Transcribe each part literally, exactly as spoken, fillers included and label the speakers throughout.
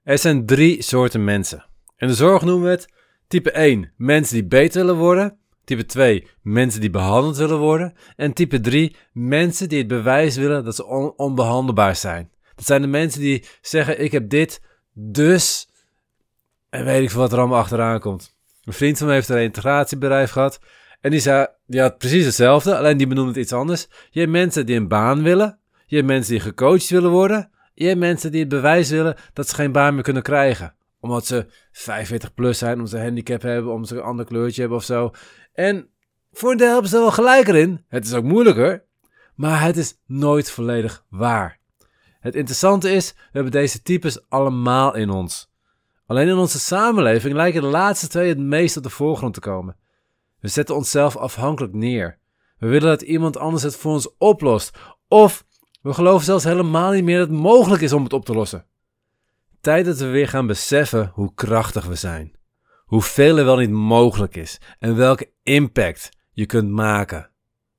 Speaker 1: Er zijn drie soorten mensen. In de zorg noemen we het type één, mensen die beter willen worden. Type twee, mensen die behandeld willen worden. En type drie, mensen die het bewijs willen dat ze on- onbehandelbaar zijn. Dat zijn de mensen die zeggen, ik heb dit, dus... En weet ik veel wat er allemaal achteraan komt. Een vriend van me heeft een integratiebedrijf gehad. En die zei, die had precies hetzelfde, alleen die benoemde het iets anders. Je hebt mensen die een baan willen. Je hebt mensen die gecoacht willen worden. Je hebt mensen die het bewijs willen dat ze geen baan meer kunnen krijgen. Omdat ze vijfenveertig plus zijn, omdat ze een handicap hebben, omdat ze een ander kleurtje hebben of zo. En voor een deel hebben ze er wel gelijk erin. Het is ook moeilijker, maar het is nooit volledig waar. Het interessante is, we hebben deze types allemaal in ons. Alleen in onze samenleving lijken de laatste twee het meest op de voorgrond te komen. We zetten onszelf afhankelijk neer. We willen dat iemand anders het voor ons oplost. Of we geloven zelfs helemaal niet meer dat het mogelijk is om het op te lossen. Tijd dat we weer gaan beseffen hoe krachtig we zijn. Hoeveel er wel niet mogelijk is. En welke impact je kunt maken.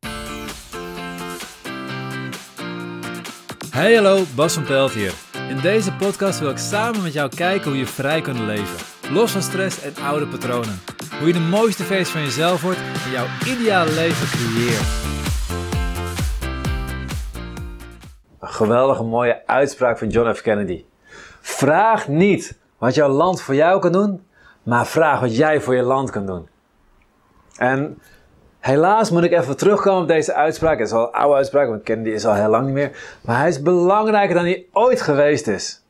Speaker 1: Hey hallo, Bas van Pelt hier. In deze podcast wil ik samen met jou kijken hoe je vrij kunt leven. Los van stress en oude patronen. Hoe je de mooiste versie van jezelf wordt en jouw ideale leven creëert.
Speaker 2: Een geweldige mooie uitspraak van John F. Kennedy. Vraag niet wat jouw land voor jou kan doen, maar vraag wat jij voor je land kan doen. En helaas moet ik even terugkomen op deze uitspraak. Het is al een oude uitspraak, want Kennedy is al heel lang niet meer. Maar hij is belangrijker dan hij ooit geweest is.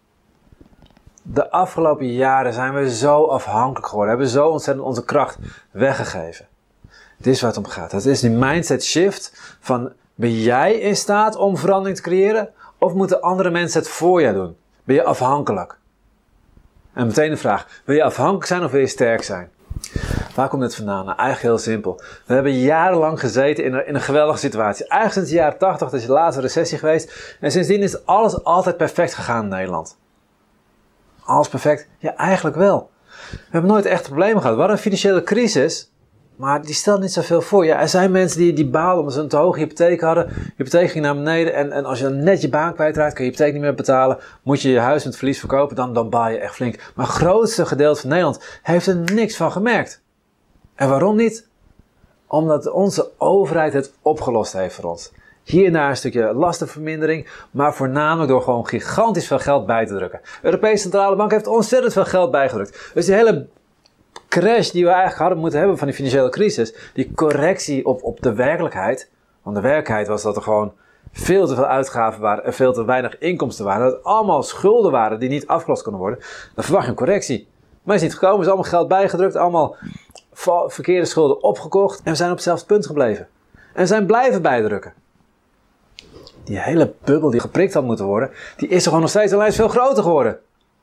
Speaker 2: De afgelopen jaren zijn we zo afhankelijk geworden. Hebben zo ontzettend onze kracht weggegeven. Dit is waar het om gaat. Het is die mindset shift van, ben jij in staat om verandering te creëren? Of moeten andere mensen het voor jou doen? Ben je afhankelijk? En meteen de vraag, wil je afhankelijk zijn of wil je sterk zijn? Waar komt dit vandaan? Nou, eigenlijk heel simpel. We hebben jarenlang gezeten in een, in een geweldige situatie. Eigenlijk sinds de jaren tachtig, dat is de laatste recessie geweest. En sindsdien is alles altijd perfect gegaan in Nederland. Alles perfect? Ja, eigenlijk wel. We hebben nooit echt problemen gehad. We hadden een financiële crisis, maar die stelt niet zoveel voor. Ja, er zijn mensen die, die balen omdat ze een te hoge hypotheek hadden. Je hypotheek ging naar beneden en, en als je dan net je baan kwijtraakt, kun je je hypotheek niet meer betalen. Moet je je huis met verlies verkopen, dan, dan baal je echt flink. Maar het grootste gedeelte van Nederland heeft er niks van gemerkt. En waarom niet? Omdat onze overheid het opgelost heeft voor ons. Hier en daar een stukje lastenvermindering, maar voornamelijk door gewoon gigantisch veel geld bij te drukken. De Europese Centrale Bank heeft ontzettend veel geld bijgedrukt. Dus die hele crash die we eigenlijk hadden moeten hebben van die financiële crisis, die correctie op, op de werkelijkheid, want de werkelijkheid was dat er gewoon veel te veel uitgaven waren en veel te weinig inkomsten waren, dat het allemaal schulden waren die niet afgelost konden worden, dan verwacht je een correctie. Maar is niet gekomen, is allemaal geld bijgedrukt, allemaal verkeerde schulden opgekocht en we zijn op hetzelfde punt gebleven. En zijn blijven bijdrukken. Die hele bubbel die geprikt had moeten worden, die is er gewoon nog steeds alleen veel groter geworden.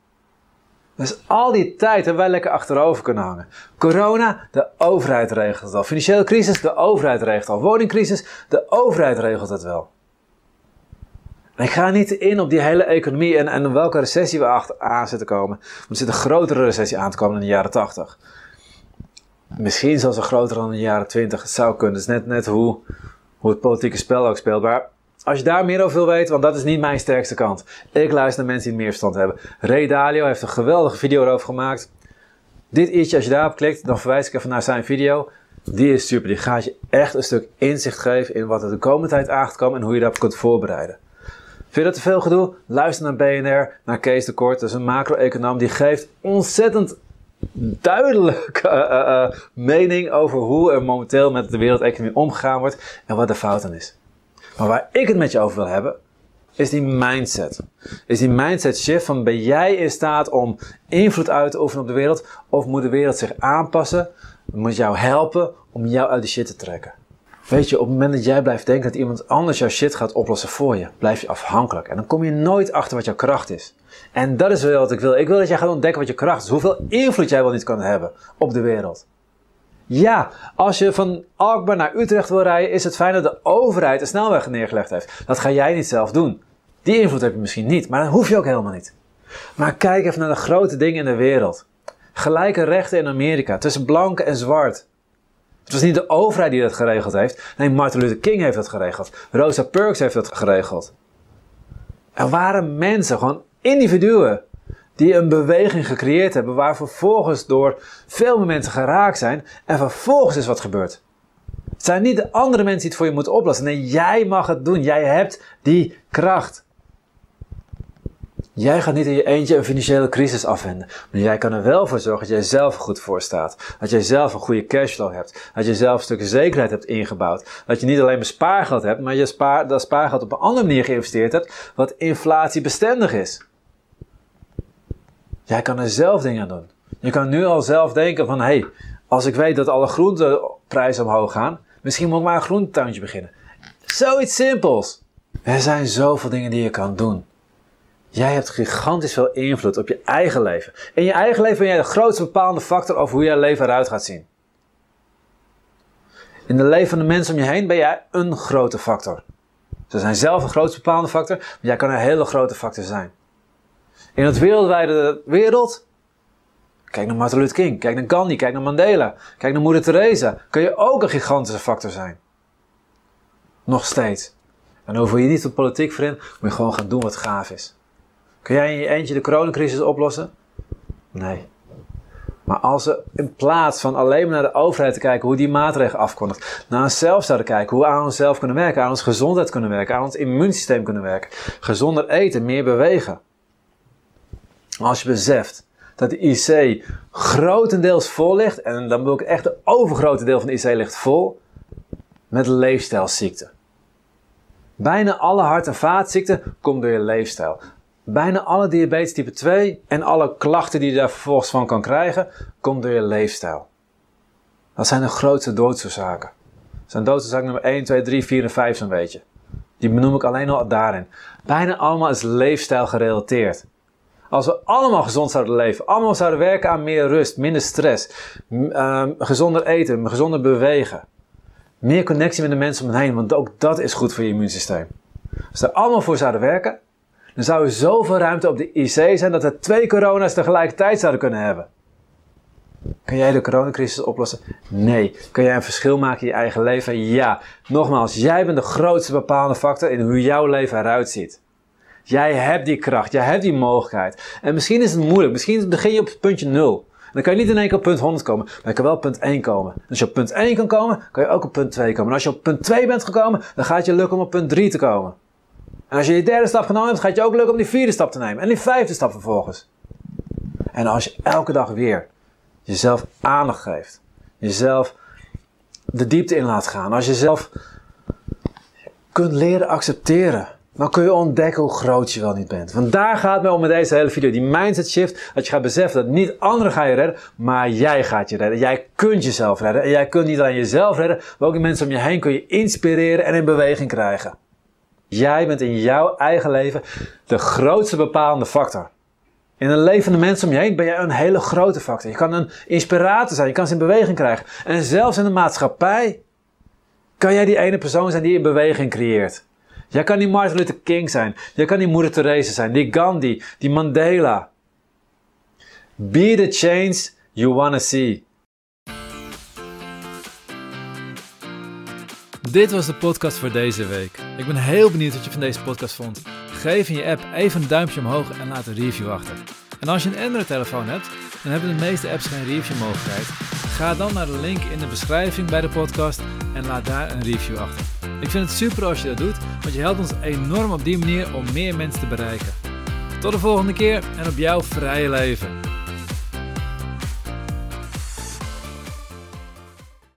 Speaker 2: Dus al die tijd hebben wij lekker achterover kunnen hangen. Corona, de overheid regelt het al. Financiële crisis, de overheid regelt het al. Woningcrisis, de overheid regelt het wel. En ik ga niet in op die hele economie en, en welke recessie we achteraan zitten komen. Want er zit een grotere recessie aan te komen in de jaren tachtig. Misschien zelfs een grotere dan in de jaren twintig. Het zou kunnen. Het is net, net hoe, hoe het politieke spel ook speelt. Maar als je daar meer over wil weten, want dat is niet mijn sterkste kant. Ik luister naar mensen die meer verstand hebben. Ray Dalio heeft een geweldige video erover gemaakt. Dit ietsje, als je daarop klikt, dan verwijs ik even naar zijn video. Die is super. Die gaat je echt een stuk inzicht geven in wat er de komende tijd aan gaat komen en hoe je daarop kunt voorbereiden. Vind je dat te veel gedoe? Luister naar B N R, naar Kees de Kort. Dat is een macro-econoom die geeft ontzettend duidelijke uh, uh, mening over hoe er momenteel met de wereldeconomie omgegaan wordt en wat de fout aan is. Maar waar ik het met je over wil hebben, is die mindset. Is die mindset shift van, ben jij in staat om invloed uit te oefenen op de wereld? Of moet de wereld zich aanpassen? Moet jou helpen om jou uit de shit te trekken? Weet je, op het moment dat jij blijft denken dat iemand anders jouw shit gaat oplossen voor je, blijf je afhankelijk. En dan kom je nooit achter wat jouw kracht is. En dat is wel wat ik wil. Ik wil dat jij gaat ontdekken wat je kracht is. Hoeveel invloed jij wel niet kan hebben op de wereld. Ja, als je van Alkmaar naar Utrecht wil rijden, is het fijn dat de overheid een snelweg neergelegd heeft. Dat ga jij niet zelf doen. Die invloed heb je misschien niet, maar dat hoef je ook helemaal niet. Maar kijk even naar de grote dingen in de wereld. Gelijke rechten in Amerika, tussen blanke en zwart. Het was niet de overheid die dat geregeld heeft. Nee, Martin Luther King heeft dat geregeld. Rosa Parks heeft dat geregeld. Er waren mensen, gewoon individuen, die een beweging gecreëerd hebben waar vervolgens door veel meer mensen geraakt zijn en vervolgens is wat gebeurd. Het zijn niet de andere mensen die het voor je moeten oplossen. Nee, jij mag het doen. Jij hebt die kracht. Jij gaat niet in je eentje een financiële crisis afwenden. Maar jij kan er wel voor zorgen dat jij zelf er goed voor staat. Dat jij zelf een goede cashflow hebt. Dat je zelf een stukje zekerheid hebt ingebouwd. Dat je niet alleen maar spaargeld hebt, maar je spaar, dat spaargeld op een andere manier geïnvesteerd hebt, wat inflatiebestendig is. Jij kan er zelf dingen aan doen. Je kan nu al zelf denken van, hé, hey, als ik weet dat alle groenteprijzen omhoog gaan, misschien moet ik maar een groentetuintje beginnen. Zoiets simpels. Er zijn zoveel dingen die je kan doen. Jij hebt gigantisch veel invloed op je eigen leven. In je eigen leven ben jij de grootste bepalende factor over hoe jouw leven eruit gaat zien. In de leven van de mensen om je heen ben jij een grote factor. Ze zijn zelf een grootste bepalende factor, maar jij kan een hele grote factor zijn. In het wereldwijde wereld, kijk naar Martin Luther King, kijk naar Gandhi, kijk naar Mandela, kijk naar Moeder Teresa, kan je ook een gigantische factor zijn. Nog steeds. En dan hoef je niet de politiek voor in, moet je gewoon gaan doen wat gaaf is. Kun jij in je eentje de coronacrisis oplossen? Nee. Maar als we in plaats van alleen maar naar de overheid te kijken hoe die maatregelen afkondigt, naar onszelf zouden kijken, hoe we aan onszelf kunnen werken, aan onze gezondheid kunnen werken, aan ons immuunsysteem kunnen werken, gezonder eten, meer bewegen. Als je beseft dat de I C grotendeels vol ligt, en dan wil ik echt de overgrote deel van de I C ligt vol, met leefstijlziekten. Bijna alle hart- en vaatziekten komt door je leefstijl. Bijna alle diabetes type twee en alle klachten die je daar vervolgens van kan krijgen, komt door je leefstijl. Dat zijn de grootste doodsoorzaken. Dat zijn doodsoorzaken nummer één, twee, drie, vier en vijf zo'n beetje. Die benoem ik alleen al daarin. Bijna allemaal is leefstijl gerelateerd. Als we allemaal gezond zouden leven, allemaal zouden werken aan meer rust, minder stress, uh, gezonder eten, gezonder bewegen. Meer connectie met de mensen om me heen, want ook dat is goed voor je immuunsysteem. Als we er allemaal voor zouden werken, dan zou er zoveel ruimte op de I C zijn dat we twee corona's tegelijkertijd zouden kunnen hebben. Kan jij de coronacrisis oplossen? Nee. Kan jij een verschil maken in je eigen leven? Ja. Nogmaals, jij bent de grootste bepalende factor in hoe jouw leven eruit ziet. Jij hebt die kracht, jij hebt die mogelijkheid. En misschien is het moeilijk, misschien begin je op puntje nul. Dan kan je niet in één keer op punt honderd komen, maar je kan wel op punt één komen. En als je op punt één kan komen, kan je ook op punt twee komen. En als je op punt twee bent gekomen, dan gaat het je lukken om op punt drie te komen. En als je die derde stap genomen hebt, gaat het je ook lukken om die vierde stap te nemen. En die vijfde stap vervolgens. En als je elke dag weer jezelf aandacht geeft, jezelf de diepte in laat gaan, als je jezelf kunt leren accepteren, dan kun je ontdekken hoe groot je wel niet bent. Want daar gaat het mij om met deze hele video. Die mindset shift. Dat je gaat beseffen dat niet anderen gaan je redden, maar jij gaat je redden. Jij kunt jezelf redden. En jij kunt niet alleen jezelf redden, maar ook de mensen om je heen kun je inspireren en in beweging krijgen. Jij bent in jouw eigen leven de grootste bepalende factor. In een leven van de mensen om je heen ben jij een hele grote factor. Je kan een inspirator zijn, je kan ze in beweging krijgen. En zelfs in de maatschappij kan jij die ene persoon zijn die in beweging creëert. Jij kan die Martin Luther King zijn. Jij kan die Moeder Teresa zijn. Die Gandhi. Die Mandela. Be the change you wanna see.
Speaker 1: Dit was de podcast voor deze week. Ik ben heel benieuwd wat je van deze podcast vond. Geef in je app even een duimpje omhoog en laat een review achter. En als je een Android-telefoon hebt, dan hebben de meeste apps geen review-mogelijkheid. Ga dan naar de link in de beschrijving bij de podcast en laat daar een review achter. Ik vind het super als je dat doet, want je helpt ons enorm op die manier om meer mensen te bereiken. Tot de volgende keer en op jouw vrije leven.